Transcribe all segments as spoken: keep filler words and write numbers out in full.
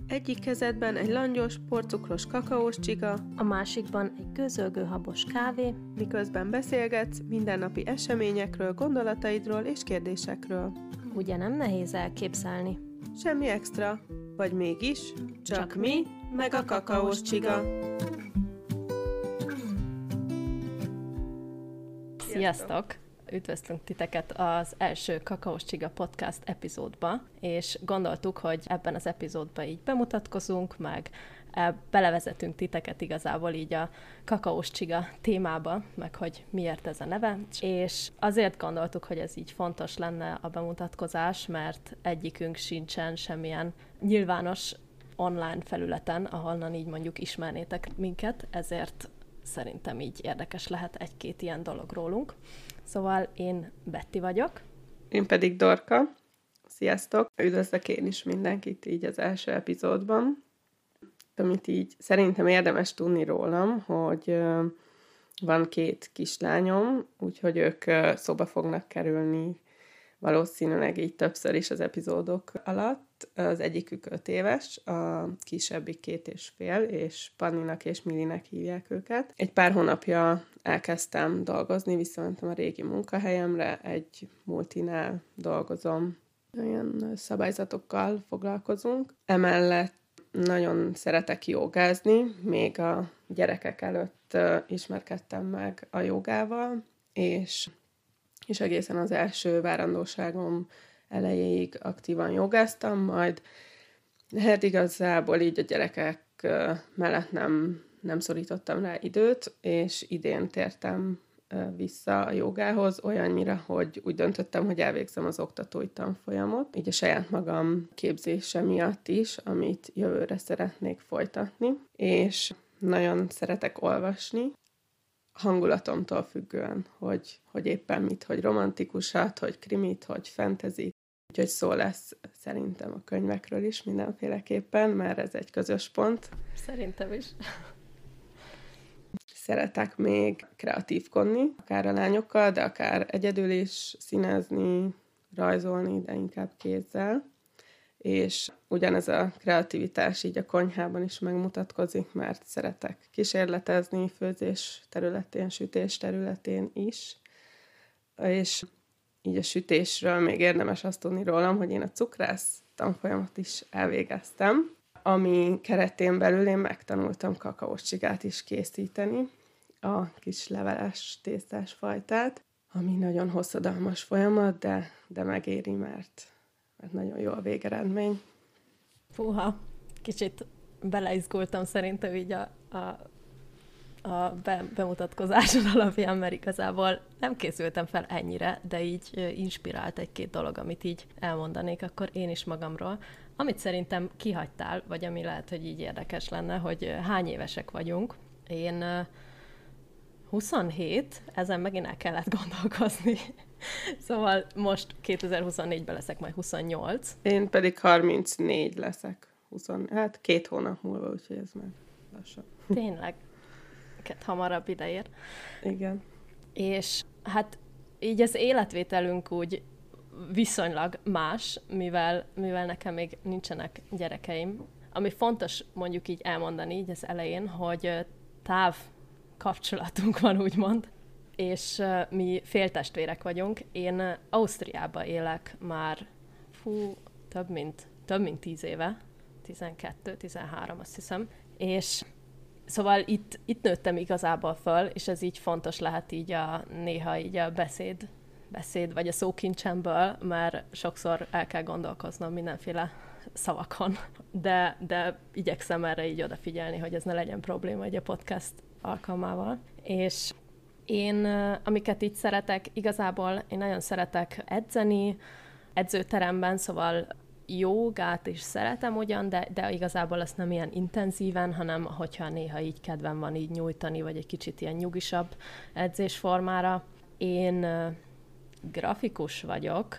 Egyik kezedben egy langyos, porcukros kakaós csiga, a másikban egy gőzölgő habos kávé, miközben beszélgetsz mindennapi eseményekről, gondolataidról és kérdésekről. Ugye nem nehéz elképzelni? Semmi extra, vagy mégis, csak, csak mi, meg a kakaós csiga. Sziasztok! Üdvözlünk titeket az első Kakaós Csiga podcast epizódba, és gondoltuk, hogy ebben az epizódban így bemutatkozunk, meg belevezetünk titeket igazából így a Kakaós Csiga témába, meg hogy miért ez a neve, és azért gondoltuk, hogy ez így fontos lenne a bemutatkozás, mert egyikünk sincsen semmilyen nyilvános online felületen, ahonnan így mondjuk ismernétek minket, ezért szerintem így érdekes lehet egy-két ilyen dolog rólunk. Szóval én Betty vagyok. Én pedig Dorka. Sziasztok! Üdvözlök én is mindenkit így az első epizódban. Amit így szerintem érdemes tudni rólam, hogy van két kislányom, úgyhogy ők szóba fognak kerülni valószínűleg így többször is az epizódok alatt. Az egyikük öt éves, a kisebbik két és fél, és Panninak és Milinek hívják őket. Egy pár hónapja elkezdtem dolgozni, visszamentem a régi munkahelyemre, egy multinál dolgozom, olyan szabályzatokkal foglalkozunk. Emellett nagyon szeretek jogázni, még a gyerekek előtt ismerkedtem meg a jogával, és, és egészen az első várandóságom elejéig aktívan jogáztam, majd hát igazából így a gyerekek mellett nem, nem szorítottam rá időt, és idén tértem vissza a jogához olyannyira, hogy úgy döntöttem, hogy elvégzem az oktatói tanfolyamot, így a saját magam képzése miatt is, amit jövőre szeretnék folytatni, és nagyon szeretek olvasni, hangulatomtól függően, hogy, hogy éppen mit, hogy romantikusat, hogy krimit, hogy fantasy. Úgyhogy szó lesz szerintem a könyvekről is mindenféleképpen, mert ez egy közös pont. Szerintem is. Szeretek még kreatívkodni, akár a lányokkal, de akár egyedül is színezni, rajzolni, de inkább kézzel. És ugyanez a kreativitás így a konyhában is megmutatkozik, mert szeretek kísérletezni főzés területén, sütés területén is. És így a sütésről még érdemes azt tudni rólam, hogy én a cukrász tanfolyamot is elvégeztem, ami keretén belül én megtanultam kakaós csigát is készíteni, a kis leveles tésztás fajtát, ami nagyon hosszadalmas folyamat, de, de megéri, mert, mert nagyon jó a végeredmény. Fúha, kicsit beleizgultam szerintem így a, a, a be, bemutatkozáson alapján, mert igazából nem készültem fel ennyire, de így inspirált egy-két dolog, amit így elmondanék akkor én is magamról. Amit szerintem kihagytál, vagy ami lehet, hogy így érdekes lenne, hogy hány évesek vagyunk. Én huszonhét, ezen megint el kellett gondolkozni. Szóval most kétezer-huszonnégyben leszek majd huszonnyolc. Én pedig harmincnégy leszek. húsz, hát két hónap múlva, úgyhogy ez már lassan. Tényleg. Két hamarabb ideér. Igen. És hát így az életvételünk úgy viszonylag más, mivel, mivel nekem még nincsenek gyerekeim. Ami fontos mondjuk így elmondani így az elején, hogy táv kapcsolatunk van, úgymond, és mi féltestvérek vagyunk. Én Ausztriában élek már fú, több mint, több mint tíz éve, tizenkettő, tizenhárom azt hiszem, és szóval itt, itt nőttem igazából föl, és ez így fontos lehet így a, néha így a beszéd, beszéd vagy a szókincsemből, mert sokszor el kell gondolkoznom mindenféle szavakon, de, de igyekszem erre így odafigyelni, hogy ez ne legyen probléma egy a podcast alkalmával. És én, amiket így szeretek, igazából én nagyon szeretek edzeni, edzőteremben, szóval jogát is szeretem ugyan, de, de igazából ezt nem ilyen intenzíven, hanem hogyha néha így kedvem van így nyújtani, vagy egy kicsit ilyen nyugisabb edzésformára. Én grafikus vagyok,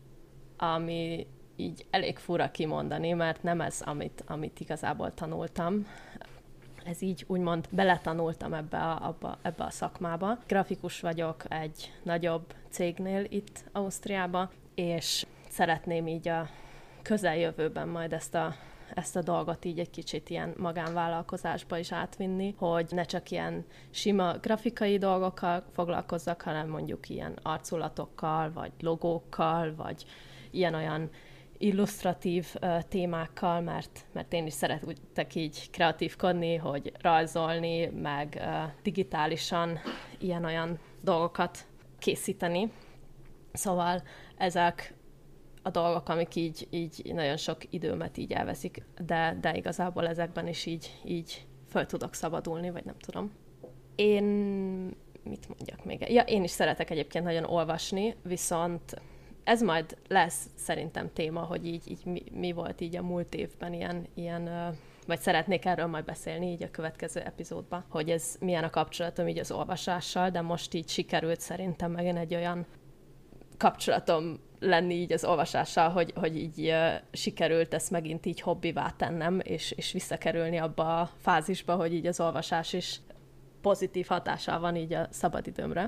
ami így elég fura kimondani, mert nem ez, amit, amit igazából tanultam. Ez így úgymond beletanultam ebbe a, abba, ebbe a szakmába. Grafikus vagyok egy nagyobb cégnél itt Ausztriában, és szeretném így a közeljövőben majd ezt a ezt a dolgot így egy kicsit ilyen magánvállalkozásba is átvinni, hogy ne csak ilyen sima grafikai dolgokkal foglalkozzak, hanem mondjuk ilyen arculatokkal, vagy logókkal, vagy ilyen-olyan illusztratív uh, témákkal, mert, mert én is szeretek így kreatívkodni, hogy rajzolni, meg uh, digitálisan ilyen-olyan dolgokat készíteni. Szóval ezek a dolgok, amik így, így nagyon sok időmet így elveszik, de, de igazából ezekben is így, így föl tudok szabadulni, vagy nem tudom. Én mit mondjak még? Ja, én is szeretek egyébként nagyon olvasni, viszont ez majd lesz szerintem téma, hogy így, így mi, mi volt így a múlt évben ilyen, ilyen, vagy szeretnék erről majd beszélni így a következő epizódban, hogy ez milyen a kapcsolatom így az olvasással, de most így sikerült szerintem megint egy olyan kapcsolatom lenni így az olvasással, hogy, hogy így uh, sikerült ezt megint így hobbivá tennem, és, és visszakerülni abba a fázisba, hogy így az olvasás is pozitív hatással van így a szabadidőmre.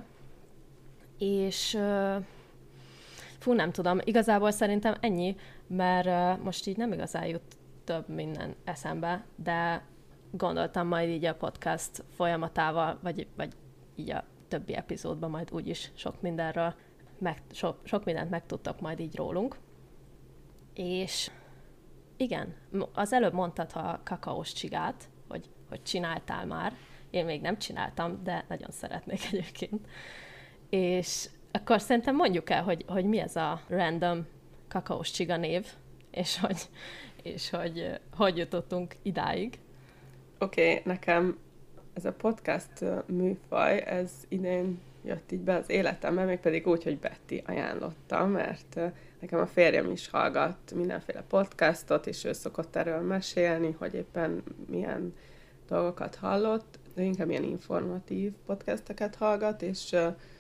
És uh, fú, nem tudom, igazából szerintem ennyi, mert uh, most így nem igazán jut több minden eszembe, de gondoltam majd így a podcast folyamatával, vagy, vagy így a többi epizódban majd úgyis sok mindenről Meg, sok, sok mindent megtudtak majd így rólunk. És igen, az előbb mondtad a kakaós csigát, hogy, hogy csináltál már. Én még nem csináltam, de nagyon szeretnék egyébként. És akkor szerintem mondjuk el, hogy, hogy mi ez a random kakaós csiga név, és hogy, és hogy hogy jutottunk idáig. Oké, okay, nekem ez a podcast műfaj, ez idén jött így be az életembe, mégpedig úgy, hogy Betty ajánlotta, mert nekem a férjem is hallgat mindenféle podcastot, és ő szokott erről mesélni, hogy éppen milyen dolgokat hallott, de inkább ilyen informatív podcasteket hallgat, és,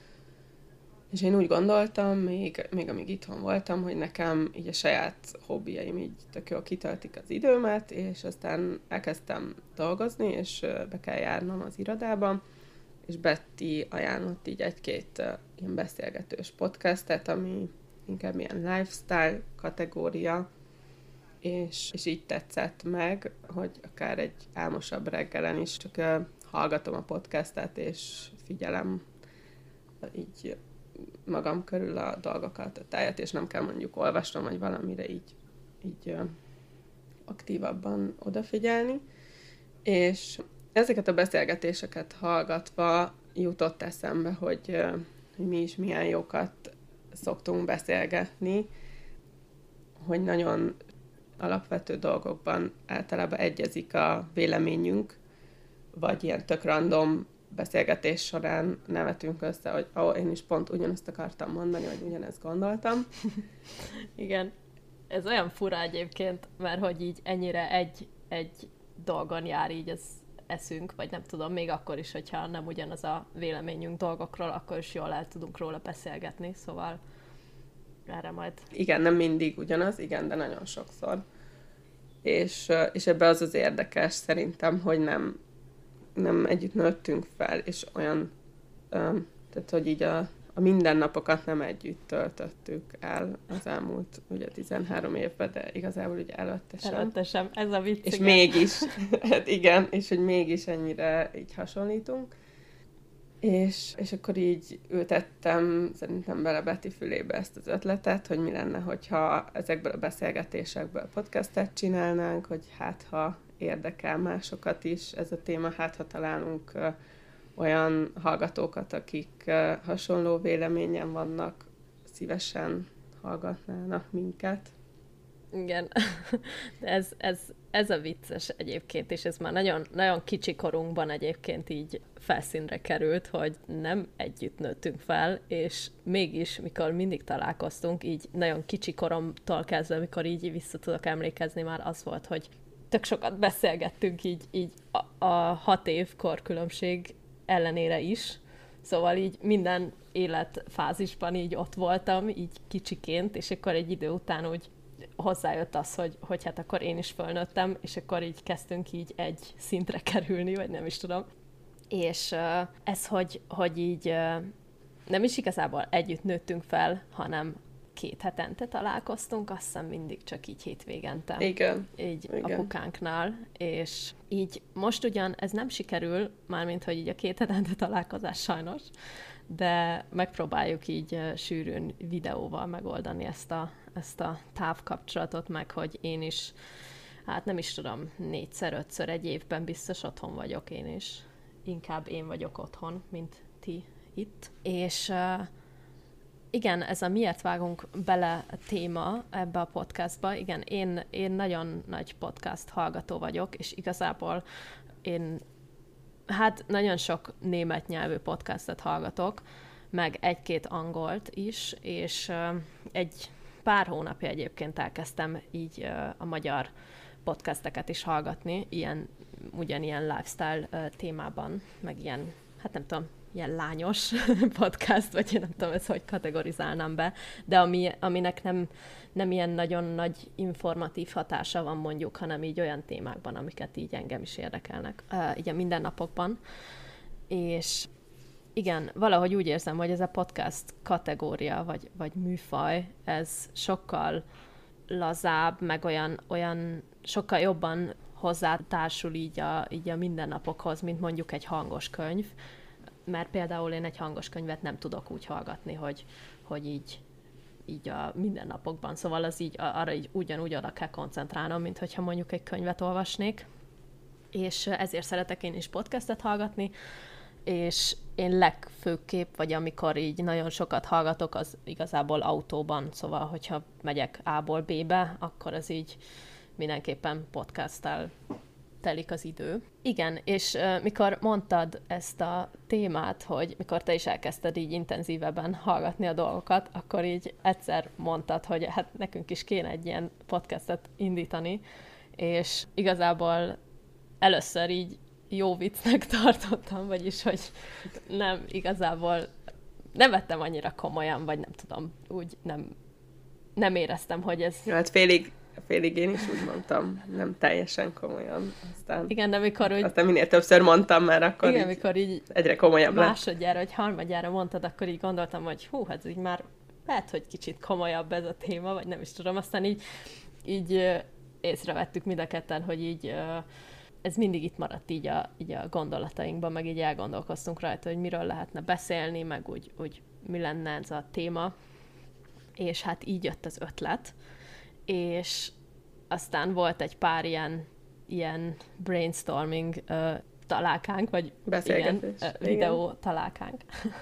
és én úgy gondoltam, még, még amíg itthon voltam, hogy nekem így a saját hobbiaim így tök jól kitöltik az időmet, és aztán elkezdtem dolgozni, és be kell járnom az irodába, és Betty ajánlott így egy-két uh, ilyen beszélgetős podcastet, ami inkább ilyen lifestyle kategória, és, és így tetszett meg, hogy akár egy álmosabb reggelen is csak uh, hallgatom a podcastet, és figyelem uh, így magam körül a dolgokat, a tájat, és nem kell mondjuk olvasnom, vagy valamire így, így uh, aktívabban odafigyelni. És ezeket a beszélgetéseket hallgatva jutott eszembe, hogy, hogy mi is milyen jókat szoktunk beszélgetni, hogy nagyon alapvető dolgokban általában egyezik a véleményünk, vagy ilyen tök random beszélgetés során nevetünk össze, hogy ó, én is pont ugyanazt akartam mondani, vagy ugyanezt gondoltam. Igen, ez olyan fura egyébként, mert hogy így ennyire egy, egy dolgon jár így az eszünk, vagy nem tudom, még akkor is, hogyha nem ugyanaz a véleményünk dolgokról, akkor is jól el tudunk róla beszélgetni, szóval erre majd... Igen, nem mindig ugyanaz, igen, de nagyon sokszor. És, és ebbe az az érdekes szerintem, hogy nem, nem együtt nőttünk fel, és olyan, tehát hogy így a, a mindennapokat nem együtt töltöttük el az elmúlt ugye tizenhárom évben, de igazából ugye előtte sem. Előtte sem, ez a vicc. És igen. mégis, hát igen, és hogy mégis ennyire így hasonlítunk. És, és akkor így ültettem szerintem bele Betty fülébe ezt az ötletet, hogy mi lenne, hogyha ezekből a beszélgetésekből podcastet csinálnánk, hogy hát ha érdekel másokat is ez a téma, hát ha találunk uh, olyan hallgatókat, akik uh, hasonló véleményen vannak, szívesen hallgatnának minket. Igen, de ez, ez, ez a vicces egyébként, és ez már nagyon, nagyon kicsi korunkban egyébként így felszínre került, hogy nem együtt nőttünk fel, és mégis, mikor mindig találkoztunk, így nagyon kicsi koromtól kezdve, mikor így vissza tudok emlékezni, már az volt, hogy tök sokat beszélgettünk így, így a, a hat év korkülönbség ellenére is, szóval így minden életfázisban így ott voltam, így kicsiként, és akkor egy idő után úgy hozzájött az, hogy, hogy hát akkor én is fölnőttem, és akkor így kezdtünk így egy szintre kerülni, vagy nem is tudom. És uh, ez, hogy, hogy így uh, nem is igazából együtt nőttünk fel, hanem két hetente találkoztunk, azt hiszem mindig csak így hétvégente. Igen. Így Igen. apukánknál, és így most ugyan ez nem sikerül, mármint, hogy így a két hetente találkozás sajnos, de megpróbáljuk így uh, sűrűn videóval megoldani ezt a, ezt a távkapcsolatot, meg hogy én is, hát nem is tudom, négyszer, ötször egy évben biztos otthon vagyok én is. Inkább én vagyok otthon, mint ti itt. És uh, igen, ez a miért vágunk bele téma ebbe a podcastba. Igen, én, én nagyon nagy podcast hallgató vagyok, és igazából én hát nagyon sok német nyelvű podcastot hallgatok, meg egy-két angolt is, és uh, egy pár hónapja egyébként elkezdtem így uh, a magyar podcasteket is hallgatni, ilyen, ugyanilyen lifestyle uh, témában, meg ilyen, hát nem tudom, ilyen lányos podcast, vagy én nem tudom, ezt hogy kategorizálnám be, de ami, aminek nem, nem ilyen nagyon nagy informatív hatása van mondjuk, hanem így olyan témákban, amiket így engem is érdekelnek, uh, így a mindennapokban. És igen, valahogy úgy érzem, hogy ez a podcast kategória, vagy, vagy műfaj, ez sokkal lazább, meg olyan, olyan sokkal jobban hozzátársul így a, így a mindennapokhoz, mint mondjuk egy hangos könyv, mert például én egy hangos könyvet nem tudok úgy hallgatni, hogy, hogy így, így a mindennapokban, szóval az így, arra így ugyanúgy oda kell koncentrálnom, mint hogyha mondjuk egy könyvet olvasnék, és ezért szeretek én is podcastet hallgatni, és én legfőképp, vagy amikor így nagyon sokat hallgatok, az igazából autóban, szóval hogyha megyek A-ból B-be, akkor az így mindenképpen podcasttel telik az idő. Igen, és uh, mikor mondtad ezt a témát, hogy mikor te is elkezdted így intenzívebben hallgatni a dolgokat, akkor így egyszer mondtad, hogy hát nekünk is kéne egy ilyen podcastet indítani, és igazából először így jó viccnek tartottam, vagyis, hogy nem igazából nem vettem annyira komolyan, vagy nem tudom, úgy nem, nem éreztem, hogy ez... Ja, hát félig Félig én is úgy mondtam, nem teljesen komolyan. Aztán, igen, de mikor úgy... Aztán minél többször mondtam már, akkor igen, így mikor így egyre komolyabb lett. Másodjára, vagy harmadjára mondtad, akkor így gondoltam, hogy hú, hát így már lehet, hogy kicsit komolyabb ez a téma, vagy nem is tudom. Aztán így, így észrevettük mind a ketten, hogy így ez mindig itt maradt így a, így a gondolatainkban, meg így elgondolkoztunk rajta, hogy miről lehetne beszélni, meg úgy, úgy mi lenne ez a téma. És hát így jött az ötlet. És aztán volt egy pár ilyen, ilyen brainstorming uh, találkánk, vagy igen, uh, videó igen. találkánk.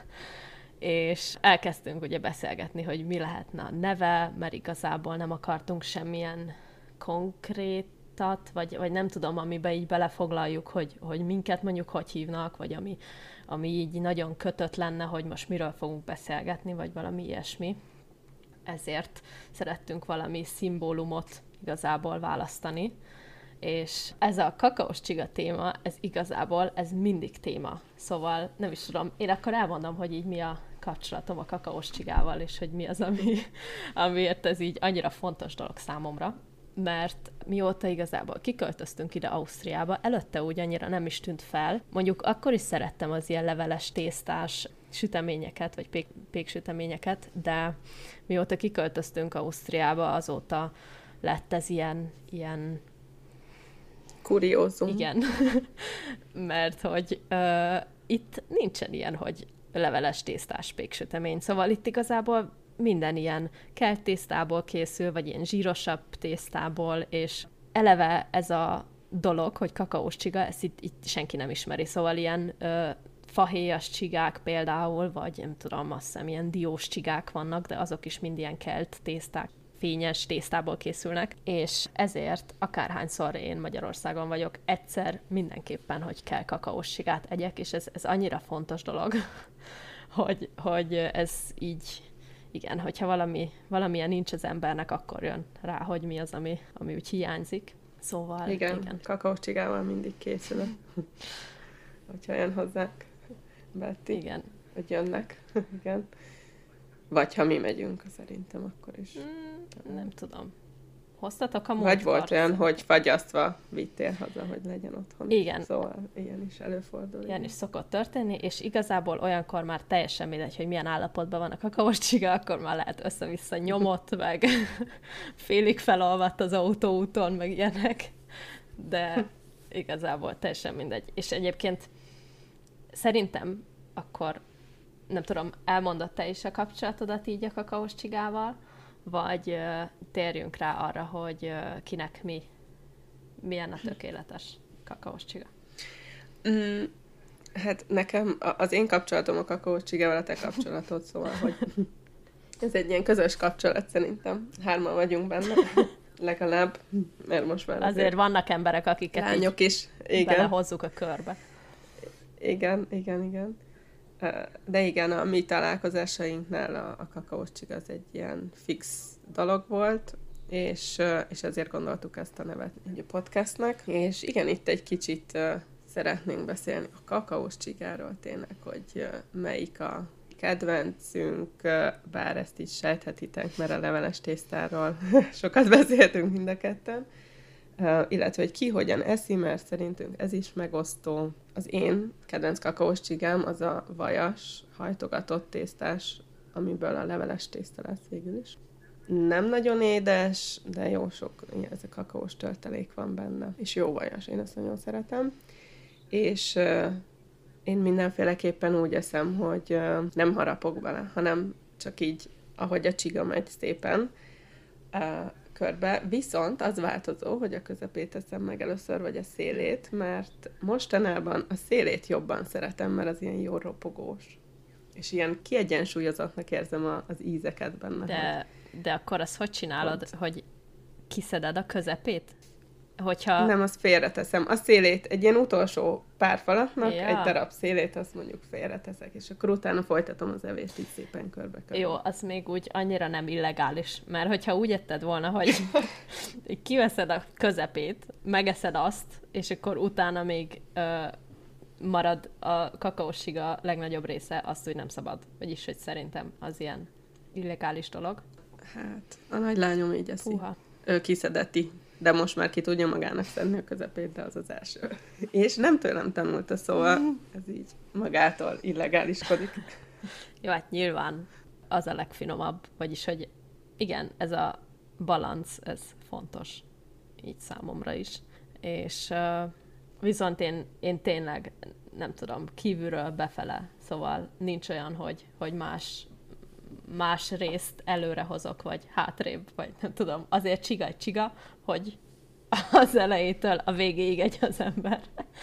És elkezdtünk ugye beszélgetni, hogy mi lehetne a neve, mert igazából nem akartunk semmilyen konkrétat, vagy, vagy nem tudom, amiben így belefoglaljuk, hogy, hogy minket mondjuk hogy hívnak, vagy ami, ami így nagyon kötött lenne, hogy most miről fogunk beszélgetni, vagy valami ilyesmi. Ezért szerettünk valami szimbólumot igazából választani, és ez a kakaós csiga téma, ez igazából, ez mindig téma. Szóval nem is tudom, én akkor elmondom, hogy így mi a kapcsolatom a kakaós csigával, és hogy mi az, ami, amiért ez így annyira fontos dolog számomra, mert mióta igazából kiköltöztünk ide Ausztriába, előtte úgy annyira nem is tűnt fel. Mondjuk akkor is szerettem az ilyen leveles, tésztás süteményeket, vagy pék, péksüteményeket, de mióta kiköltöztünk Ausztriába, azóta lett ez ilyen, ilyen... kuriózum. Igen. Mert hogy uh, itt nincsen ilyen, hogy leveles, tésztás péksütemény. Szóval itt igazából minden ilyen kelt tésztából készül, vagy ilyen zsírosabb tésztából, és eleve ez a dolog, hogy kakaós csiga, ezt itt, itt senki nem ismeri. Szóval ilyen uh, fahéjas csigák például, vagy nem tudom, azt hiszem, ilyen diós csigák vannak, de azok is mind ilyen kelt tészták, fényes tésztából készülnek, és ezért akárhányszor én Magyarországon vagyok, egyszer mindenképpen, hogy kell kakaós csigát egyek, és ez, ez annyira fontos dolog, hogy, hogy ez így, igen, hogyha valami, valamilyen nincs az embernek, akkor jön rá, hogy mi az, ami, ami úgy hiányzik. Szóval, igen, igen. kakaós csigával mindig készülök. Hogyha jön hozzánk, Betty. Igen. Hogy jönnek. Igen. Vagy ha mi megyünk, szerintem akkor is. Mm, nem tudom. hoztatok a múltkor. Vagy volt olyan, hogy fagyasztva vittél haza, hogy legyen otthon. Igen. Szóval ilyen is előfordul. Ilyen is szokott történni, és igazából olyankor már teljesen mindegy, hogy milyen állapotban van a kakaós csiga, akkor már lehet össze-vissza nyomott, meg félig felolvadt az autóúton, meg ilyenek. De igazából teljesen mindegy. És egyébként szerintem akkor, nem tudom, elmondod te is a kapcsolatodat így a kakaós csigával, vagy uh, térjünk rá arra, hogy uh, kinek mi, milyen a tökéletes kakaós csiga. Mm, hát nekem az én kapcsolatom a kakaós csigával a te kapcsolatod, szóval, hogy ez egy ilyen közös kapcsolat szerintem. Hárman vagyunk benne, legalább, mert most már azért, azért vannak emberek, akiket lányok is, igen. belehozzuk a körbe. Igen, igen, igen. De igen, a mi találkozásainknál a, a kakaós csiga az egy ilyen fix dolog volt, és, és ezért gondoltuk ezt a nevet egy podcastnek. És igen, itt egy kicsit uh, szeretnénk beszélni a kakaós csigáról tényleg, hogy uh, melyik a kedvencünk, uh, bár ezt is sejthetitek, mert a leveles tésztáról sokat beszéltünk mind a ketten. Uh, illetve, hogy ki hogyan eszi, mert szerintünk ez is megosztó. Az én kedvenc kakaós csigám az a vajas, hajtogatott tésztás, amiből a leveles tészta lesz végül is. Nem nagyon édes, de jó sok ez a kakaós töltelék van benne. És jó vajas, én ezt nagyon szeretem. És uh, én mindenféleképpen úgy eszem, hogy uh, nem harapok bele, hanem csak így, ahogy a csiga megy szépen, uh, körbe, viszont az változó, hogy a közepét teszem meg először, vagy a szélét, mert mostanában a szélét jobban szeretem, mert az ilyen jó ropogós. És ilyen kiegyensúlyozottnak érzem a, az ízeket benne. De, de akkor azt hogy csinálod, pont, hogy kiszeded a közepét? Hogyha... Nem, azt félreteszem. A szélét, egy ilyen utolsó pár falatnak, ja. egy darab szélét, azt mondjuk félreteszek, és akkor utána folytatom az evést így szépen körbe-körbe. Jó, az még úgy annyira nem illegális, mert hogyha úgy etted volna, hogy kiveszed a közepét, megeszed azt, és akkor utána még ö, marad a kakaós csiga legnagyobb része, azt úgy nem szabad. Vagyis, hogy szerintem az ilyen illegális dolog. Hát, a nagylányom így eszi. Puha. Ő kiszedeti. De most már ki tudja magának szedni a közepét, de az az első. És nem tőlem tanulta, szóval ez így magától illegáliskodik. Jó, hát nyilván az a legfinomabb, vagyis, hogy igen, ez a balansz, ez fontos, így számomra is. És uh, viszont én, én tényleg, nem tudom, kívülről befele, szóval nincs olyan, hogy, hogy más, más részt előre hozok, vagy hátrébb, vagy nem tudom, azért csiga egy csiga, hogy az elejétől a végéig egy az ember.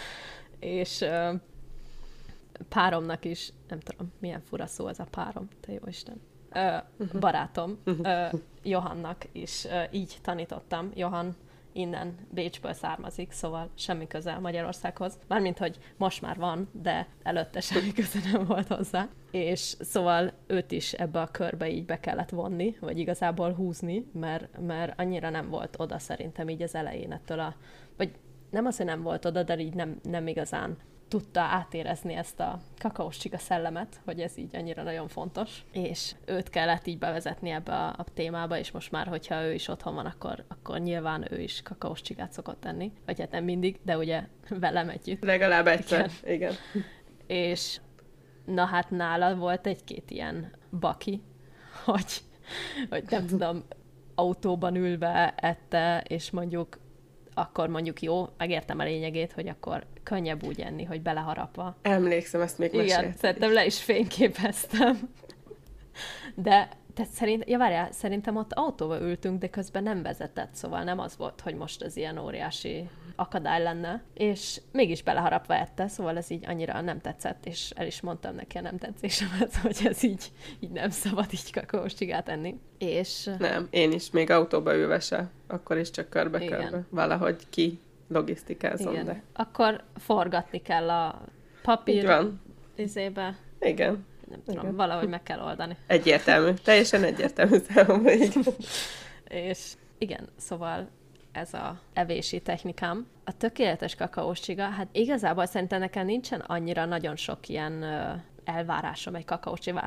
És uh, páromnak is, nem tudom, milyen fura szó ez a párom, te jó Isten. Uh, barátom, uh, Johannak is uh, így tanítottam. Johan innen Bécsből származik, szóval semmi köze Magyarországhoz. Mármint, hogy most már van, de előtte semmi köze nem volt hozzá. És szóval őt is ebbe a körbe így be kellett vonni, vagy igazából húzni, mert, mert annyira nem volt oda szerintem így az elején ettől a... Vagy nem az, hogy nem volt oda, de így nem, nem igazán tudta átérezni ezt a kakaós csiga szellemet, hogy ez így annyira nagyon fontos, és őt kellett így bevezetni ebbe a, a témába, és most már, hogyha ő is otthon van, akkor, akkor nyilván ő is kakaós csigát szokott tenni, vagy hát nem mindig, de ugye velem együtt. Legalább egyszer, igen. igen. És na hát nála volt egy-két ilyen baki, hogy, hogy nem tudom, autóban ülve ette, és mondjuk akkor mondjuk jó, megértem a lényegét, hogy akkor könnyebb úgy enni, hogy beleharapva. Emlékszem, ezt még meséltem. Igen, szerintem le is fényképeztem. De te szerint, ja várjál, szerintem ott autóba ültünk, de közben nem vezetett, szóval nem az volt, hogy most ez ilyen óriási akadály lenne, és mégis beleharapva ette, szóval ez így annyira nem tetszett, és el is mondtam neki a nem tetszésemet, hogy ez így, így nem szabad így kakaós csigát enni. És... Nem, én is még autóba ülve se, akkor is csak körbe-körbe. Valahogy ki logisztikázom, igen. de... Akkor forgatni kell a papír izébe. Igen. Nem tudom, igen. Valahogy meg kell oldani. Egyértelmű, teljesen egyértelmű számomra, igen. És igen, szóval ez a evési technikám. A tökéletes kakaós csiga, hát igazából szerintem nekem nincsen annyira nagyon sok ilyen uh, elvárásom egy kakaós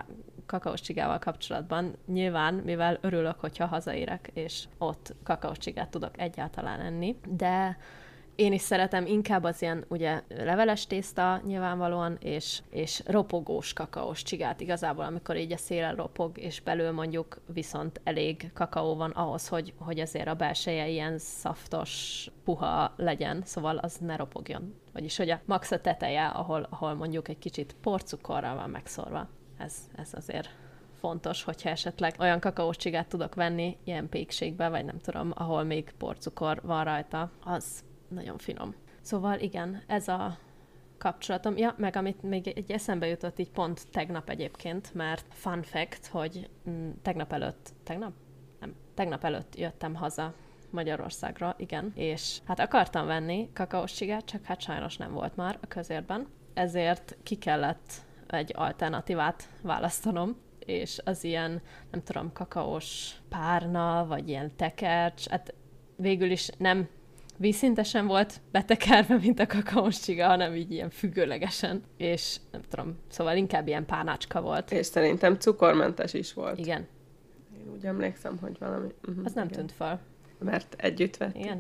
kakaós csigával kapcsolatban. Nyilván, mivel örülök, hogyha hazaérek, és ott kakaós csigát tudok egyáltalán enni, de én is szeretem inkább az ilyen ugye leveles tészta nyilvánvalóan, és, és ropogós kakaós csigát igazából, amikor így a szélen ropog, és belül mondjuk viszont elég kakaó van ahhoz, hogy, hogy azért a belseje ilyen szaftos, puha legyen, szóval az ne ropogjon. Vagyis, hogy a max a teteje, ahol, ahol mondjuk egy kicsit porcukorral van megszorva. Ez, ez azért fontos, hogyha esetleg olyan kakaós csigát tudok venni ilyen pékségbe, vagy nem tudom, ahol még porcukor van rajta, az nagyon finom. Szóval igen, ez a kapcsolatom. Ja, meg amit még egy eszembe jutott így pont tegnap egyébként, mert fun fact, hogy m, tegnap előtt, tegnap? Nem, tegnap előtt jöttem haza Magyarországra, igen, és hát akartam venni kakaós csigát, csak hát sajnos nem volt már a közérben, ezért ki kellett egy alternatívát választanom, és az ilyen, nem tudom, kakaós párna, vagy ilyen tekercs, hát végül is nem vízszintesen volt betekerve, mint a kakaós csiga, hanem így ilyen függőlegesen, és nem tudom, szóval inkább ilyen párnácska volt. És szerintem cukormentes is volt. Igen. Én úgy emlékszem, hogy valami... Uh-huh, az nem igen. tűnt fel. Mert együtt vettük. Igen?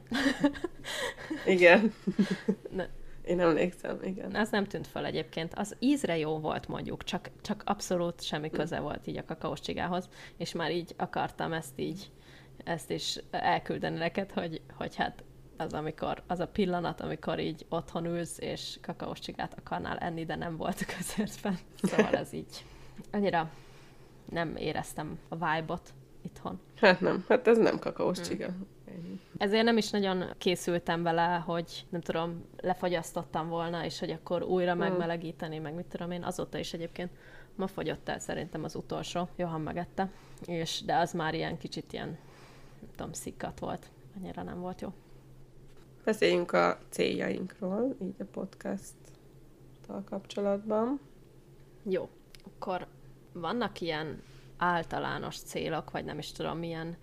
Igen. Ne. Én emlékszem, igen. Az nem tűnt fel egyébként. Az ízre jó volt mondjuk, csak, csak abszolút semmi köze volt így a kakaós csigához, és már így akartam ezt így, ezt is elküldeni neked, hogy, hogy hát az, amikor, az a pillanat, amikor így otthon ülsz, és kakaós csigát akarnál enni, de nem volt a közértben. Szóval ez így annyira nem éreztem a vibe-ot itthon. Hát nem, hát ez nem kakaós hmm. csiga. Ezért nem is nagyon készültem vele, hogy nem tudom, lefagyasztottam volna, és hogy akkor újra hmm. megmelegíteni, meg mit tudom én. Azóta is egyébként ma fogyott el szerintem az utolsó. Johan megette, és, de az már ilyen kicsit ilyen, nem tudom, szikkat volt. Annyira nem volt jó. Beszéljünk a céljainkról, így a podcasttal kapcsolatban. Jó, akkor vannak ilyen általános célok, vagy nem is tudom, milyen,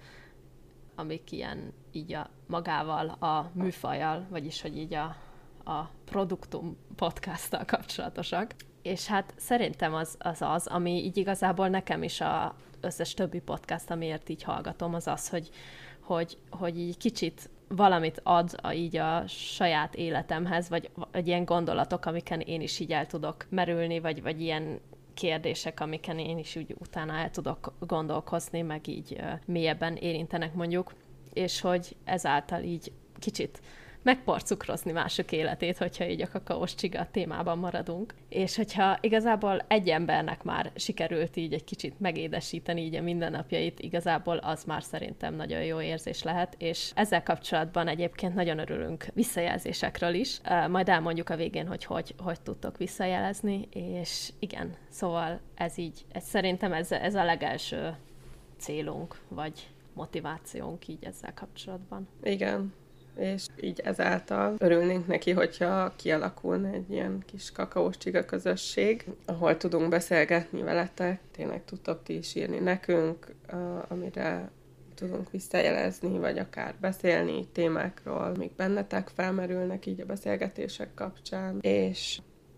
amik ilyen így a magával, a műfajjal, vagyis hogy így a, a produktum podcasttal kapcsolatosak. És hát szerintem az, az az, ami így igazából nekem is az összes többi podcast, amiért így hallgatom, az az, hogy, hogy, hogy így kicsit valamit ad a, így a saját életemhez, vagy, vagy ilyen gondolatok, amiken én is így el tudok merülni, vagy, vagy ilyen kérdések, amiken én is úgy utána el tudok gondolkozni, meg így uh, mélyebben érintenek mondjuk, és hogy ezáltal így kicsit megporcukrozni mások életét, hogyha így a kakaós csiga témában maradunk. És hogyha igazából egy embernek már sikerült így egy kicsit megédesíteni így a mindennapjait, igazából az már szerintem nagyon jó érzés lehet, és ezzel kapcsolatban egyébként nagyon örülünk visszajelzésekről is. Majd elmondjuk a végén, hogy hogy, hogy tudtok visszajelezni, és igen, szóval ez így, ez szerintem ez, ez a legelső célunk, vagy motivációnk így ezzel kapcsolatban. Igen. És így ezáltal örülnénk neki, hogyha kialakulna egy ilyen kis kakaós csiga közösség, ahol tudunk beszélgetni veletek, tényleg tudtok ti is írni nekünk, amire tudunk visszajelezni, vagy akár beszélni témákról, amik bennetek felmerülnek így a beszélgetések kapcsán, és,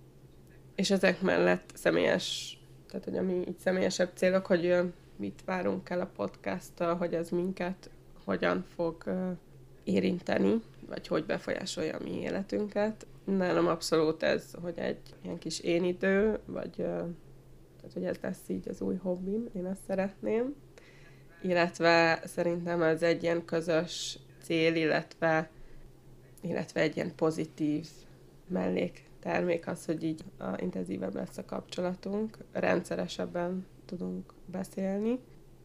és ezek mellett személyes, tehát hogy ami így személyesebb célok, hogy mit várunk el a podcasttól, hogy ez minket hogyan fog érinteni, vagy hogy befolyásolja a mi életünket. Nálam abszolút ez, hogy egy ilyen kis én idő, vagy tehát, hogy ez lesz így az új hobbim, én ezt szeretném. Illetve szerintem ez egy ilyen közös cél, illetve, illetve egy ilyen pozitív melléktermék az, hogy így a intenzívebb lesz a kapcsolatunk, rendszeresebben tudunk beszélni.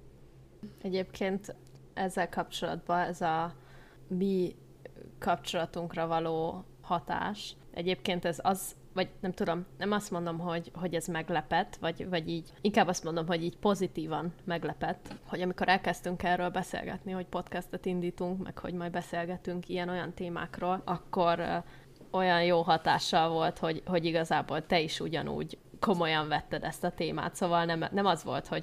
Egyébként ezzel kapcsolatban ez a mi kapcsolatunkra való hatás. Egyébként ez az, vagy nem tudom, nem azt mondom, hogy, hogy ez meglepett, vagy, vagy így, inkább azt mondom, hogy így pozitívan meglepett, hogy amikor elkezdtünk erről beszélgetni, hogy podcastet indítunk, meg hogy majd beszélgetünk ilyen-olyan témákról, akkor uh, olyan jó hatással volt, hogy, hogy igazából te is ugyanúgy komolyan vetted ezt a témát, szóval nem, nem az volt, hogy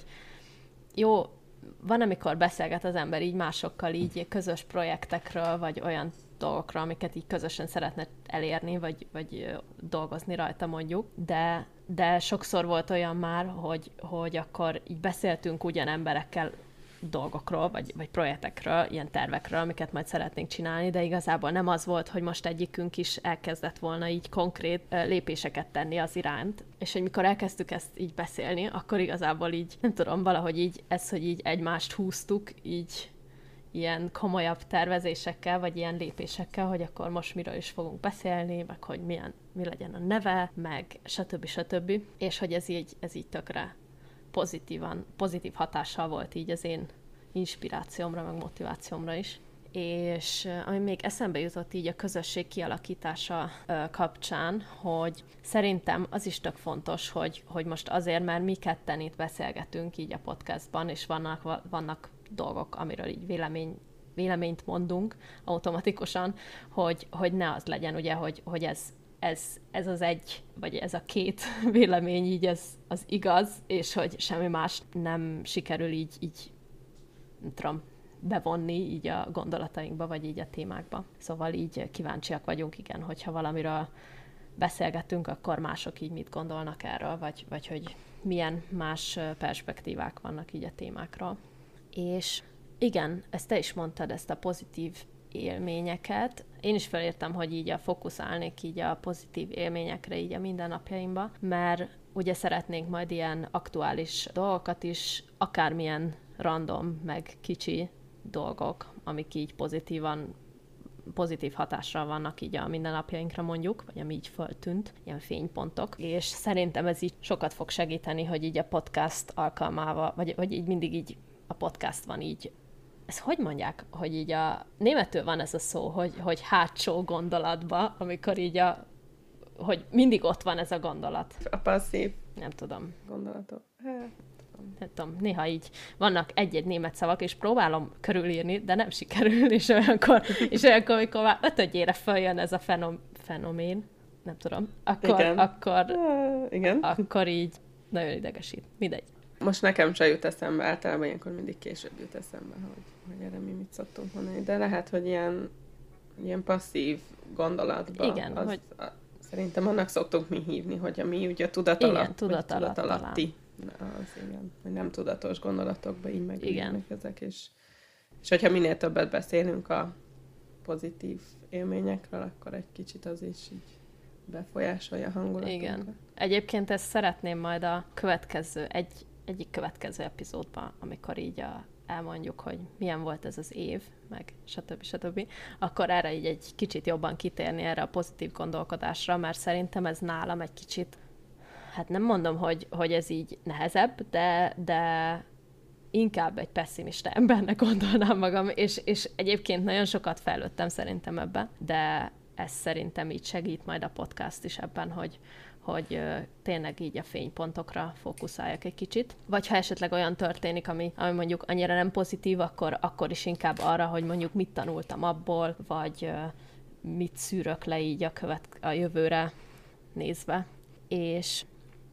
jó, van, amikor beszélget az ember így másokkal így közös projektekről, vagy olyan dolgokra, amiket így közösen szeretne elérni, vagy, vagy dolgozni rajta mondjuk, de, de sokszor volt olyan már, hogy, hogy akkor így beszéltünk ugyan emberekkel dolgokról, vagy, vagy projektekről, ilyen tervekről, amiket majd szeretnénk csinálni, de igazából nem az volt, hogy most egyikünk is elkezdett volna így konkrét lépéseket tenni az iránt. És hogy mikor elkezdtük ezt így beszélni, akkor igazából így, nem tudom, valahogy így ez, hogy így egymást húztuk, így ilyen komolyabb tervezésekkel, vagy ilyen lépésekkel, hogy akkor most miről is fogunk beszélni, meg hogy milyen, mi legyen a neve, meg stb. stb. És hogy ez így, ez így tökre pozitívan, pozitív hatással volt így az én inspirációmra, meg motivációmra is. És ami még eszembe jutott így a közösség kialakítása kapcsán, hogy szerintem az is tök fontos, hogy, hogy most azért, mert mi ketten itt beszélgetünk így a podcastban, és vannak, vannak dolgok, amiről így vélemény, véleményt mondunk automatikusan, hogy, hogy ne az legyen, ugye, hogy, hogy ez, ez, ez az egy, vagy ez a két vélemény így ez, az igaz, és hogy semmi más nem sikerül így, így nem tudom, bevonni így a gondolatainkba, vagy így a témákba. Szóval így kíváncsiak vagyunk, igen, hogyha valamiről beszélgetünk, akkor mások így mit gondolnak erről, vagy, vagy hogy milyen más perspektívák vannak így a témákról. És igen, ezt te is mondtad, ezt a pozitív élményeket. Én is felírtam, hogy így a fókuszálnék így a pozitív élményekre így a mindennapjaimba, mert ugye szeretnénk majd ilyen aktuális dolgokat is, akármilyen random, meg kicsi dolgok, amik így pozitívan, pozitív hatással vannak így a mindennapjainkra mondjuk, vagy ami így föltűnt, ilyen fénypontok, és szerintem ez így sokat fog segíteni, hogy így a podcast alkalmával, vagy, vagy így mindig így a podcast van így, ezt hogy mondják, hogy így a németül van ez a szó, hogy, hogy hátsó gondolatba, amikor így a, hogy mindig ott van ez a gondolat. A passzív. Nem tudom. Gondolatok. Hát, nem tudom, néha így vannak egy-egy német szavak, és próbálom körülírni, de nem sikerül, és olyankor, és olyankor amikor már ötödjére följön ez a fenom, fenomén, nem tudom, akkor, igen. akkor, uh, igen. akkor így nagyon idegesít. Mindegy. Most nekem se jut eszembe, általában ilyenkor mindig később jut eszembe, hogy, hogy erre mi mit szoktunk mondani, de lehet, hogy ilyen, ilyen passzív gondolatban, igen, az, hogy... a, szerintem annak szoktunk mi hívni, hogy a mi ugye tudat alatt, igen, tudat alatt, tudatalatti. Az, igen, hogy nem tudatos gondolatokba így megjelennek ezek, és, és hogyha minél többet beszélünk a pozitív élményekről, akkor egy kicsit az is így befolyásolja a hangulatunkat. Igen. Egyébként ezt szeretném majd a következő, egy, egyik következő epizódban, amikor így a, elmondjuk, hogy milyen volt ez az év, meg stb. stb., akkor erre így egy kicsit jobban kitérni erre a pozitív gondolkodásra, mert szerintem ez nálam egy kicsit, hát nem mondom, hogy, hogy ez így nehezebb, de, de inkább egy pesszimista embernek gondolnám magam, és, és egyébként nagyon sokat fejlődtem szerintem ebbe, de ez szerintem így segít majd a podcast is ebben, hogy, hogy tényleg így a fénypontokra fókuszáljak egy kicsit. Vagy ha esetleg olyan történik, ami, ami mondjuk annyira nem pozitív, akkor, akkor is inkább arra, hogy mondjuk mit tanultam abból, vagy mit szűrök le így a, követ, a jövőre nézve. És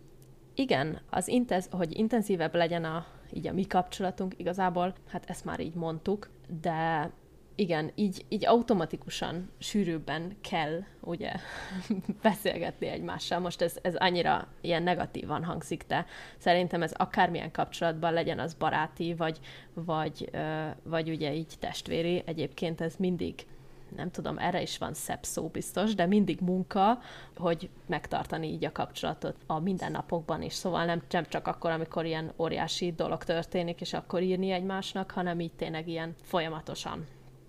igen, az intenz, hogy intenzívebb legyen a, így a mi kapcsolatunk igazából, hát ezt már így mondtuk, de igen, így, így automatikusan sűrűbben kell, ugye, beszélgetni egymással. Most ez, ez annyira ilyen negatívan hangzik, de szerintem ez akármilyen kapcsolatban legyen, az baráti, vagy, vagy, vagy ugye így testvéri. Egyébként ez mindig, nem tudom, erre is van szebb szó biztos, de mindig munka, hogy megtartani így a kapcsolatot a mindennapokban is. Szóval nem, nem csak akkor, amikor ilyen óriási dolog történik, és akkor írni egymásnak, hanem így tényleg ilyen folyamatosan.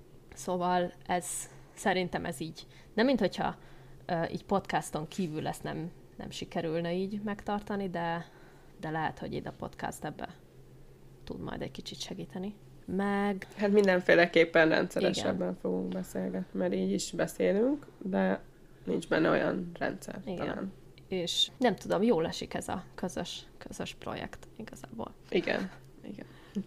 Szóval ez, szerintem ez így, nem mint hogyha uh, így podcaston kívül ezt nem, nem sikerülne így megtartani, de, de lehet, hogy így a podcast ebbe tud majd egy kicsit segíteni. Meg... Hát mindenféleképpen rendszeresebben igen. fogunk beszélgetni, mert így is beszélünk, de nincs benne olyan rendszer igen. talán. És nem tudom, jól esik ez a közös, közös projekt igazából. Igen, igen.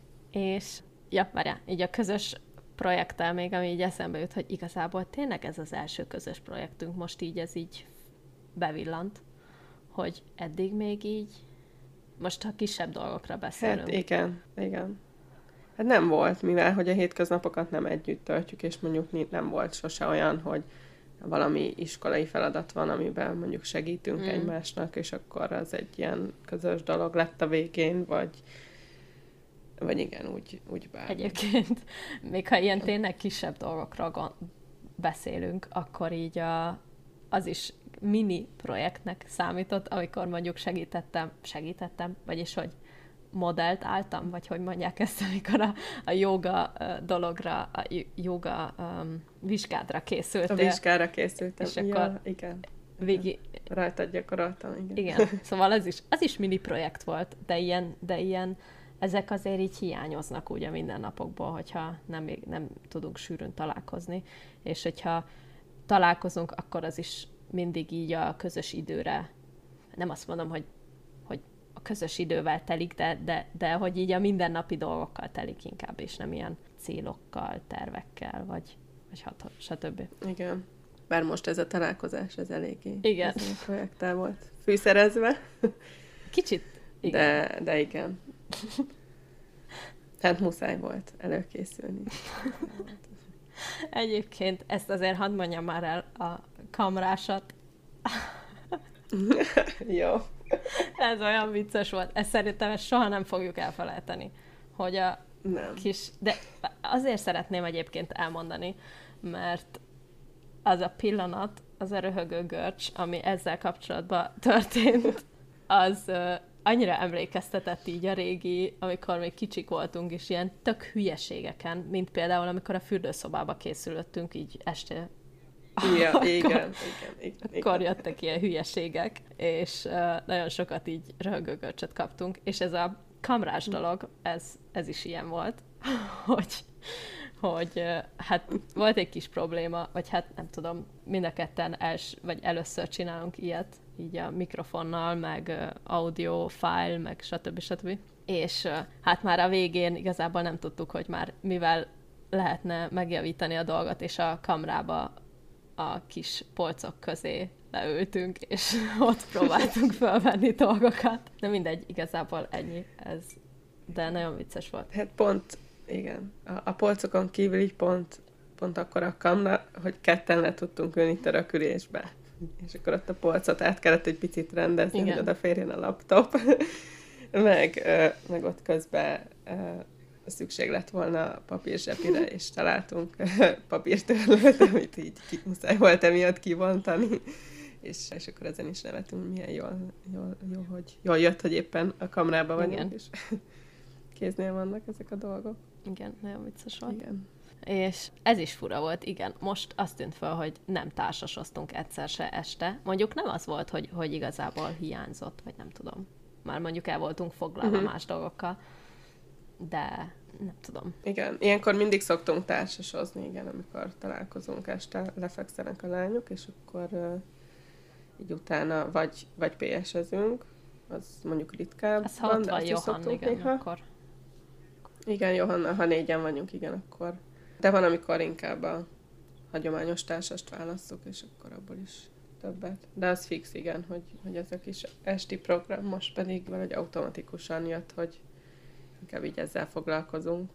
És, ja, várjál, így a közös projekttel még, ami így eszembe jut, hogy igazából tényleg ez az első közös projektünk, most így ez így bevillant, hogy eddig még így, most ha kisebb dolgokra beszélünk. Hát igen, igen. Hát nem volt, mivel hogy a hétköznapokat nem együtt töltjük, és mondjuk nem volt sose olyan, hogy valami iskolai feladat van, amiben mondjuk segítünk mm. egymásnak, és akkor az egy ilyen közös dolog lett a végén, vagy, vagy igen, úgy, úgy bármi. Egyébként, még ha ilyen tényleg kisebb dolgokra gond- beszélünk, akkor így a, az is mini projektnek számított, amikor mondjuk segítettem, segítettem, vagyis hogy modellt álltam, vagy hogy mondják ezt, amikor a, a joga uh, dologra, a joga um, vizsgádra készültél. A vizsgára készültem, és akkor ja, igen. Végi... Rajtad gyakoroltam, igen. Igen, szóval ez is, az is mini projekt volt, de ilyen, de ilyen, ezek azért így hiányoznak úgy a mindennapokból, hogyha nem, nem tudunk sűrűn találkozni, és hogyha találkozunk, akkor az is mindig így a közös időre, nem azt mondom, hogy, hogy a közös idővel telik, de, de, de hogy így a mindennapi dolgokkal telik inkább, és nem ilyen célokkal, tervekkel, vagy, vagy hat, stb. Igen. Bár most ez a találkozás, ez eléggé igen. Ez a projekttel volt fűszerezve. Kicsit, igen. De, de igen. Hát muszáj volt előkészülni. Egyébként ezt azért hadd mondjam már el a kamrásat. Jó. Ez olyan vicces volt. Ezt szerintem ezt soha nem fogjuk elfelejteni. Hogy a nem. kis... De azért szeretném egyébként elmondani, mert az a pillanat, az a röhögő görcs, ami ezzel kapcsolatban történt, az uh, annyira emlékeztetett így a régi, amikor még kicsik voltunk, és ilyen tök hülyeségeken, mint például, amikor a fürdőszobába készülöttünk így este. Ja, akkor, igen, igen, igen. Akkor jöttek ilyen hülyeségek, és uh, nagyon sokat így röhögő görcsöt kaptunk, és ez a kamrás dolog, ez, ez is ilyen volt, hogy hogy hát volt egy kis probléma, vagy hát nem tudom, mind a ketten els, vagy először csinálunk ilyet, így a mikrofonnal, meg audio file, meg stb. stb. És hát már a végén igazából nem tudtuk, hogy már mivel lehetne megjavítani a dolgot, és a kamrába a kis polcok közé leültünk, és ott próbáltunk felvenni dolgokat. De mindegy, igazából ennyi ez. De nagyon vicces volt. Hát pont igen. A, a polcokon kívül így pont, pont akkor a kamra, hogy ketten le tudtunk ülni törökülésbe. És akkor ott a polcot át kellett egy picit rendezni, igen. Hogy odaférjen a laptop. meg, meg ott közben szükség lett volna papírzsepire, és találtunk papírtörlőt, amit így ki, muszáj volt emiatt kibontani. És, és akkor ezen is nevetünk, milyen jól, jól, jól, hogy jól jött, hogy éppen a kamrába vagyunk, igen. És kéznél vannak ezek a dolgok. Igen, nagyon vicces volt. Igen. És ez is fura volt, igen. Most azt tűnt fel, hogy nem társasoztunk egyszer se este. Mondjuk nem az volt, hogy, hogy igazából hiányzott, vagy nem tudom. Már mondjuk el voltunk foglalva uh-huh. más dolgokkal. De nem tudom. Igen, ilyenkor mindig szoktunk társasozni, igen, amikor találkozunk este, lefekszenek a lányok, és akkor uh, így utána vagy, vagy pé es-ezünk, az mondjuk ritkább. Ez ha ott van Johan, igen, néha. Akkor... Igen, Johanna, ha négyen vagyunk, igen, akkor. De van, amikor inkább a hagyományos társast válasszuk, és akkor abból is többet. De az fix, igen, hogy, hogy ez a kis esti program most pedig valahogy automatikusan jött, hogy inkább így ezzel foglalkozunk.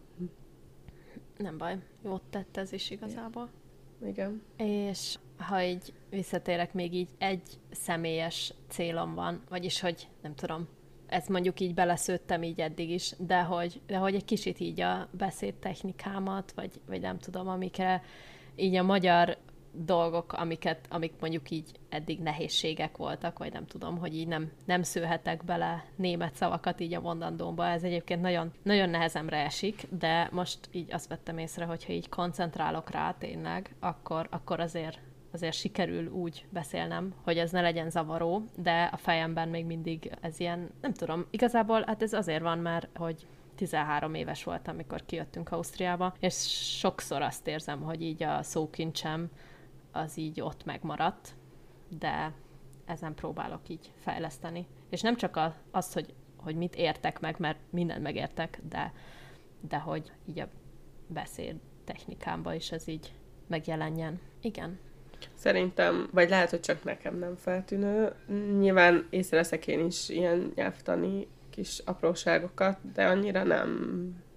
Nem baj, jót tett ez is igazából. Igen. És ha így visszatérek, még így egy személyes célom van, vagyis, hogy nem tudom, ezt mondjuk így beleszőttem így eddig is, de hogy, de hogy egy kicsit így a beszédtechnikámat, vagy, vagy nem tudom, amikre így a magyar dolgok, amiket, amik mondjuk így eddig nehézségek voltak, vagy nem tudom, hogy így nem, nem szőhetek bele német szavakat így a mondandómba. Ez egyébként nagyon, nagyon nehezemre esik, de most így azt vettem észre, hogyha így koncentrálok rá tényleg, akkor, akkor azért, azért sikerül úgy beszélnem, hogy ez ne legyen zavaró, de a fejemben még mindig ez ilyen, nem tudom, igazából hát ez azért van, mert hogy tizenhárom éves voltam, amikor kijöttünk Ausztriába, és sokszor azt érzem, hogy így a szókincsem az így ott megmaradt, de ezen próbálok így fejleszteni. És nem csak az, hogy, hogy mit értek meg, mert mindent megértek, de, de hogy így a beszéd technikámban is ez így megjelenjen. Igen. Szerintem, vagy lehet, hogy csak nekem nem feltűnő. Nyilván észreveszek én is ilyen nyelvtani kis apróságokat, de annyira nem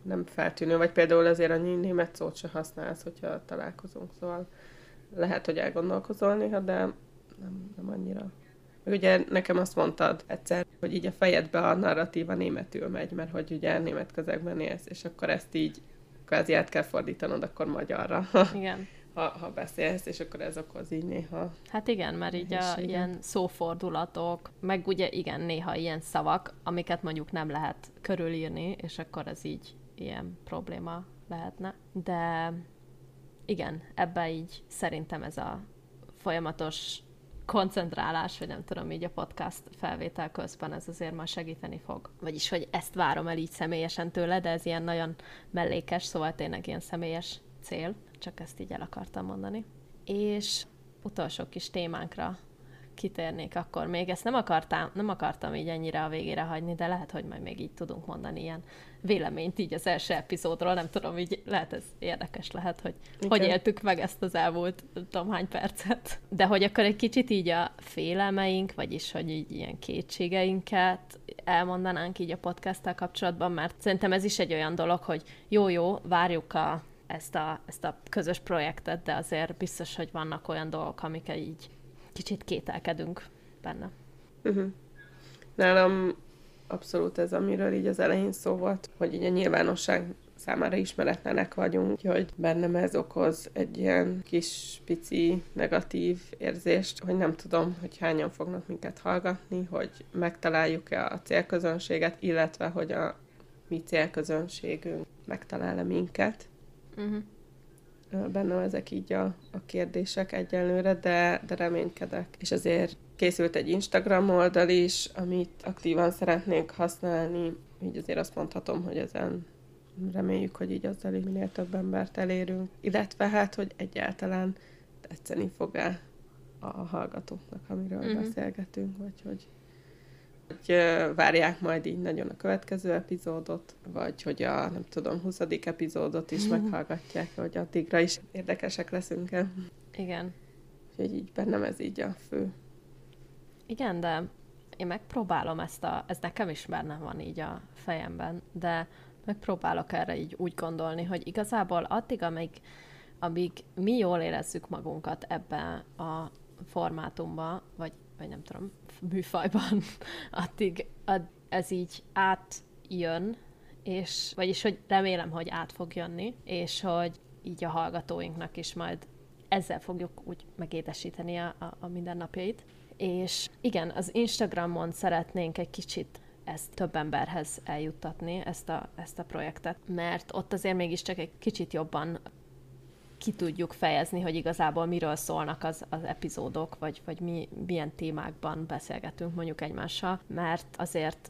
nem feltűnő, vagy például azért annyi német szót se használsz, hogyha találkozunk, szóval lehet, hogy elgondolkozol néha, de nem, nem annyira. Ugye nekem azt mondtad egyszer, hogy így a fejedbe a narratíva németül megy, mert hogy ugye német közegben élsz, és akkor ezt így kvázi át kell fordítanod akkor magyarra. Igen. Ha, ha beszélsz, és akkor ez okoz így néha. Hát igen, mert így a ilyen szófordulatok, meg ugye igen, néha ilyen szavak, amiket mondjuk nem lehet körülírni, és akkor ez így ilyen probléma lehetne. De igen, ebben így szerintem ez a folyamatos koncentrálás, vagy nem tudom, így a podcast felvétel közben ez azért már segíteni fog. Vagyis, hogy ezt várom el így személyesen tőle, de ez ilyen nagyon mellékes, szóval tényleg ilyen személyes cél, csak ezt így el akartam mondani. És utolsó kis témánkra kitérnék akkor még. Ezt nem akartam, nem akartam így ennyire a végére hagyni, de lehet, hogy majd még így tudunk mondani ilyen véleményt így az első epizódról. Nem tudom, így lehet ez érdekes lehet, hogy igen. Hogy éltük meg ezt az elmúlt nem tudom hány percet. De hogy akkor egy kicsit így a félelmeink, vagyis hogy így ilyen kétségeinket elmondanánk így a podcasttal kapcsolatban, mert szerintem ez is egy olyan dolog, hogy jó-jó, várjuk a, ezt, a, ezt a közös projektet, de azért biztos, hogy vannak olyan dolgok, amiket így kicsit kételkedünk benne. Uh-huh. Nálam abszolút ez, amiről így az elején szó volt, hogy így a nyilvánosság számára ismeretlenek vagyunk, úgyhogy bennem ez okoz egy ilyen kis pici negatív érzést, hogy nem tudom, hogy hányan fognak minket hallgatni, hogy megtaláljuk-e a célközönséget, illetve hogy a mi célközönségünk megtalál-e minket. Uh-huh. Bennem ezek így a, a kérdések egyenlőre, de, de reménykedek. És azért készült egy Instagram oldal is, amit aktívan szeretnénk használni. Így azért azt mondhatom, hogy ezen reméljük, hogy így azzal is minél több embert elérünk. Illetve hát, hogy egyáltalán tetszeni fog-e a hallgatóknak, amiről uh-huh. beszélgetünk, vagy hogy, hogy várják majd így nagyon a következő epizódot, vagy hogy a, nem tudom, huszadik epizódot is meghallgatják, hogy addigra is érdekesek leszünk-e. Igen. Úgyhogy így bennem ez így a fő. Igen, de én megpróbálom ezt a, ez nekem is benne van így a fejemben, de megpróbálok erre így úgy gondolni, hogy igazából addig, amíg, amíg mi jól érezzük magunkat ebben a formátumban, vagy, vagy nem tudom, műfajban, addig ad, ez így átjön, és, vagyis, hogy remélem, hogy át fog jönni, és hogy így a hallgatóinknak is majd ezzel fogjuk úgy megédesíteni a, a, a mindennapjait. És igen, az Instagramon szeretnénk egy kicsit ezt több emberhez eljuttatni, ezt a, ezt a projektet, mert ott azért mégiscsak egy kicsit jobban ki tudjuk fejezni, hogy igazából miről szólnak az, az epizódok, vagy, vagy mi, milyen témákban beszélgetünk mondjuk egymással, mert azért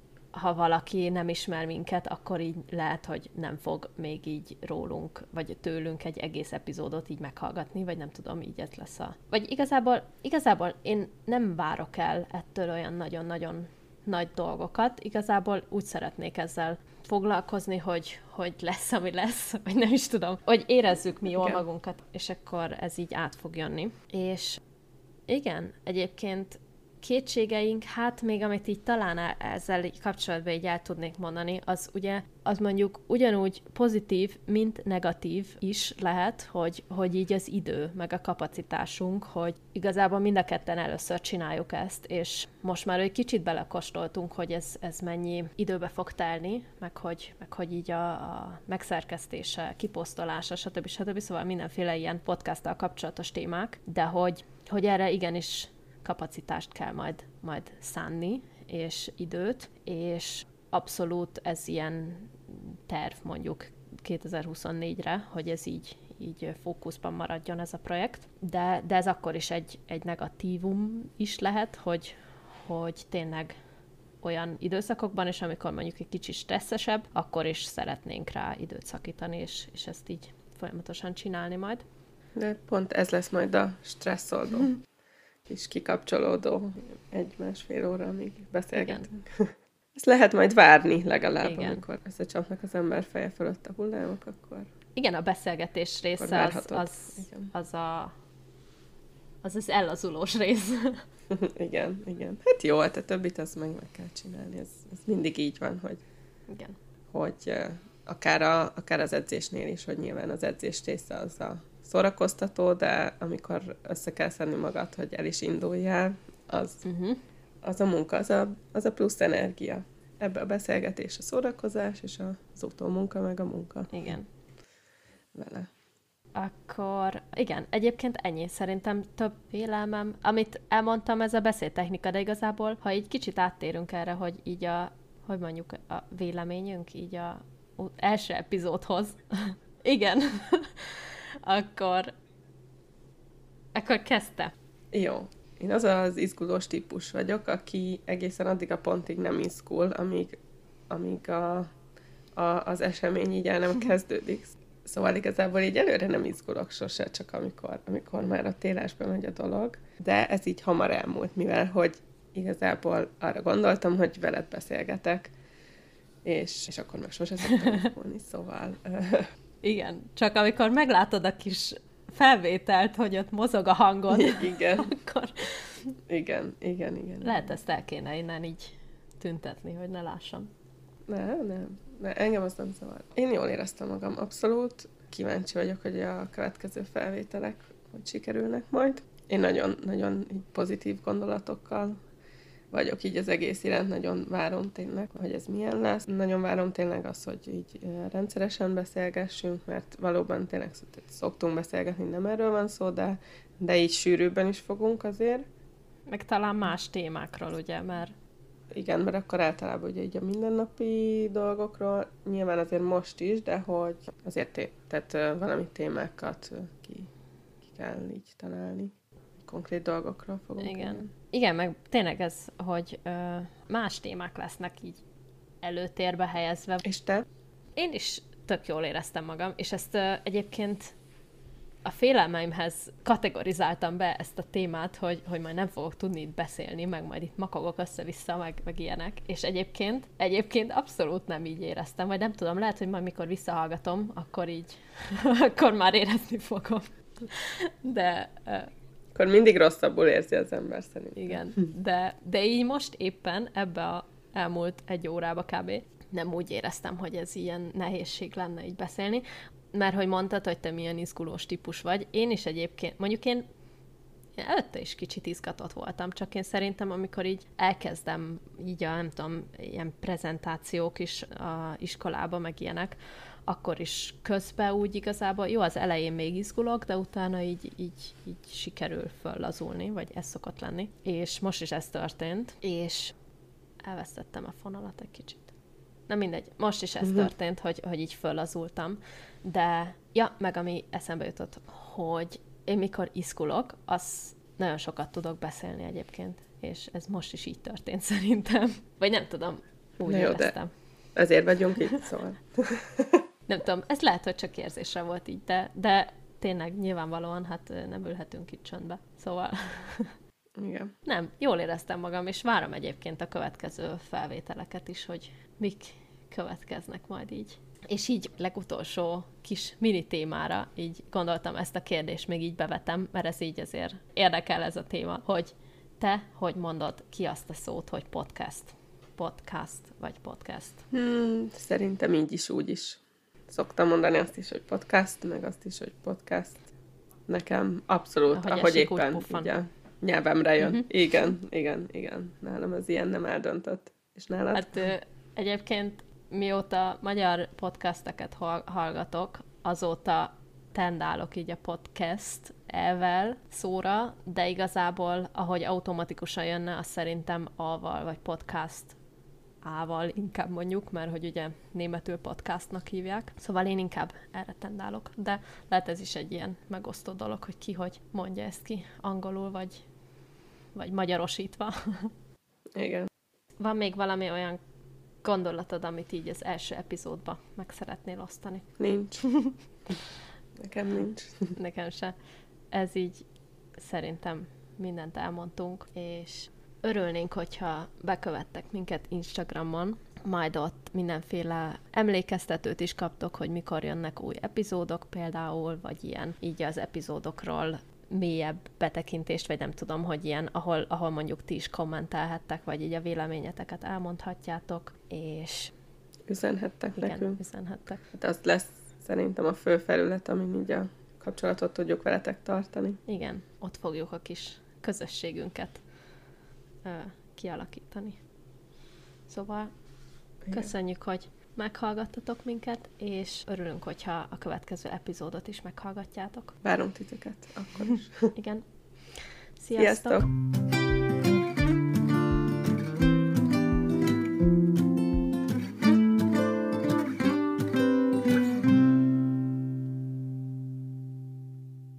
ha valaki nem ismer minket, akkor így lehet, hogy nem fog még így rólunk, vagy tőlünk egy egész epizódot így meghallgatni, vagy nem tudom, így ez lesz a... Vagy igazából, igazából én nem várok el ettől olyan nagyon-nagyon nagy dolgokat. Igazából úgy szeretnék ezzel foglalkozni, hogy, hogy lesz, ami lesz, vagy nem is tudom, hogy érezzük mi jól igen. magunkat, és akkor ez így át fog jönni. És igen, egyébként kétségeink, hát még amit így talán ezzel így kapcsolatban így el tudnék mondani, az ugye, az mondjuk ugyanúgy pozitív, mint negatív is lehet, hogy, hogy így az idő, meg a kapacitásunk, hogy igazából mind a ketten először csináljuk ezt, és most már egy kicsit belekóstoltunk, hogy ez, ez mennyi időbe fog telni, meg hogy, meg hogy így a, a megszerkesztése, kiposztolása, stb. stb. Szóval mindenféle ilyen podcasttal kapcsolatos témák, de hogy, hogy erre igenis kapacitást kell majd, majd szánni, és időt, és abszolút ez ilyen terv mondjuk kétezer-huszonnégyre, hogy ez így, így fókuszban maradjon ez a projekt, de, de ez akkor is egy, egy negatívum is lehet, hogy, hogy tényleg olyan időszakokban, és amikor mondjuk egy kicsit stresszesebb, akkor is szeretnénk rá időt szakítani, és, és ezt így folyamatosan csinálni majd. De pont ez lesz majd a stresszoldó. És kikapcsolódó egy-másfél óra, amíg beszélgetünk. Ezt lehet majd várni legalább, igen. amikor összecsapnak az ember feje fölött a hullámok, akkor... Igen, a beszélgetés része az, az, az, a, az az ellazulós rész. igen, igen. Hát jó, hát a többit azt meg meg kell csinálni. Ez, ez mindig így van, hogy, igen. hogy akár, a, akár az edzésnél is, hogy nyilván az edzés része az a szórakoztató, de amikor össze kell szedni magad, hogy el is induljál, az, uh-huh. az a munka, az a, az a plusz energia. Ebbe a beszélgetés, a szórakozás, és az utómunka, meg a munka. Igen. Vele. Akkor igen, egyébként ennyi. Szerintem több vélelmem. Amit elmondtam, ez a beszédtechnika, de igazából, ha így kicsit áttérünk erre, hogy így a, hogy mondjuk a véleményünk, így a első epizódhoz, igen, akkor, akkor kezdte. Jó. Én az az izgulós típus vagyok, aki egészen addig a pontig nem izgul, amíg, amíg a, a, az esemény így el nem kezdődik. Szóval igazából így előre nem izgulok sose, csak amikor, amikor már a télásba megy a dolog. De ez így hamar elmúlt, mivel hogy igazából arra gondoltam, hogy veled beszélgetek, és, és akkor meg sose szoktam izgulni, szóval... Igen, csak amikor meglátod a kis felvételt, hogy ott mozog a hangod, igen. akkor... Igen, igen, igen. Lehet ezt el kéne innen így tüntetni, hogy ne lássam. Nem, nem. De engem az nem zavar. Én jól éreztem magam, abszolút. Kíváncsi vagyok, hogy a következő felvételek hogy sikerülnek majd. Én nagyon-nagyon pozitív gondolatokkal vagyok így az egész iránt, nagyon várom tényleg, hogy ez milyen lesz. Nagyon várom tényleg azt, hogy így rendszeresen beszélgessünk, mert valóban tényleg szoktunk beszélgetni, nem erről van szó, de, de így sűrűbben is fogunk azért. Meg talán más témákról, ugye, mert... Igen, mert akkor általában ugye így a mindennapi dolgokról, nyilván azért most is, de hogy azért té- tehát uh, valami témákat uh, ki, ki kell így találni. Konkrét dolgokról fogunk. Igen. Ilyen. Igen, meg tényleg ez, hogy uh, más témák lesznek így előtérbe helyezve. És te? Én is tök jól éreztem magam, és ezt uh, egyébként a félelmeimhez kategorizáltam be ezt a témát, hogy, hogy majd nem fogok tudni itt beszélni, meg majd itt makogok össze-vissza, meg, meg ilyenek. És egyébként, egyébként abszolút nem így éreztem, vagy nem tudom, lehet, hogy majd mikor visszahallgatom, akkor így, akkor már érezni fogom. De... Uh, akkor mindig rosszabbul érzi az ember szerintem. Igen, de, de így most éppen ebbe a elmúlt egy órába kb. Nem úgy éreztem, hogy ez ilyen nehézség lenne így beszélni, mert hogy mondtad, hogy te milyen izgulós típus vagy. Én is egyébként, mondjuk én, én előtte is kicsit izgatott voltam, csak én szerintem, amikor így elkezdem így a, nem tudom, ilyen prezentációk is a iskolába, meg ilyenek, akkor is közben úgy igazából, jó, az elején még izgulok, de utána így, így, így sikerül föllazulni, vagy ez szokott lenni. És most is ez történt, és elvesztettem a fonalat egy kicsit. Na mindegy, most is ez uh-huh. történt, hogy, hogy így föllazultam. De, ja, meg ami eszembe jutott, hogy én mikor izgulok, az nagyon sokat tudok beszélni egyébként. És ez most is így történt szerintem. Vagy nem tudom, úgy jó, éreztem. De ezért vagyunk itt, szóval. Nem tudom, ez lehet, hogy csak érzésre volt így, de, de tényleg nyilvánvalóan hát nem ülhetünk itt csöndbe. Szóval... Igen. Nem, jól éreztem magam, és várom egyébként a következő felvételeket is, hogy mik következnek majd így. És így legutolsó kis mini témára így gondoltam, ezt a kérdést még így bevetem, mert ez így azért érdekel ez a téma, hogy te hogy mondod ki azt a szót, hogy podcast? Podcast vagy podcast? Hmm, szerintem így is, úgy is. Szoktam mondani azt is, hogy podcast, meg azt is, hogy podcast. Nekem abszolút, ahogy, ahogy éppen így a nyelvemre jön. Uh-huh. Igen, igen, igen. Nálam az ilyen nem eldöntött. És nálad? Hát ö, egyébként mióta magyar podcasteket hallgatok, azóta tendálok így a podcast elvel szóra, de igazából, ahogy automatikusan jönne, az szerintem A-val, vagy podcast A-val inkább mondjuk, mert hogy ugye németül podcastnak hívják. Szóval én inkább erre tendálok, de lehet ez is egy ilyen megosztó dolog, hogy ki hogy mondja ezt ki angolul, vagy, vagy magyarosítva. Igen. Van még valami olyan gondolatod, amit így az első epizódba meg szeretnél osztani? Nincs. Nekem nincs. Nekem se. Ez így szerintem mindent elmondtunk, és örülnénk, hogyha bekövettek minket Instagramon, majd ott mindenféle emlékeztetőt is kaptok, hogy mikor jönnek új epizódok például, vagy ilyen így az epizódokról mélyebb betekintést, vagy nem tudom, hogy ilyen, ahol, ahol mondjuk ti is kommentelhettek, vagy így a véleményeteket elmondhatjátok, és üzenhettek Igen, nekünk. üzenhettek. Hát az lesz szerintem a fő felület, amin így a kapcsolatot tudjuk veletek tartani. Igen, ott fogjuk a kis közösségünket ö, kialakítani. Szóval Igen. köszönjük, hogy meghallgattatok minket, és örülünk, hogyha a következő epizódot is meghallgatjátok. Várunk titeket akkor is. Igen. Sziasztok! Sziasztok!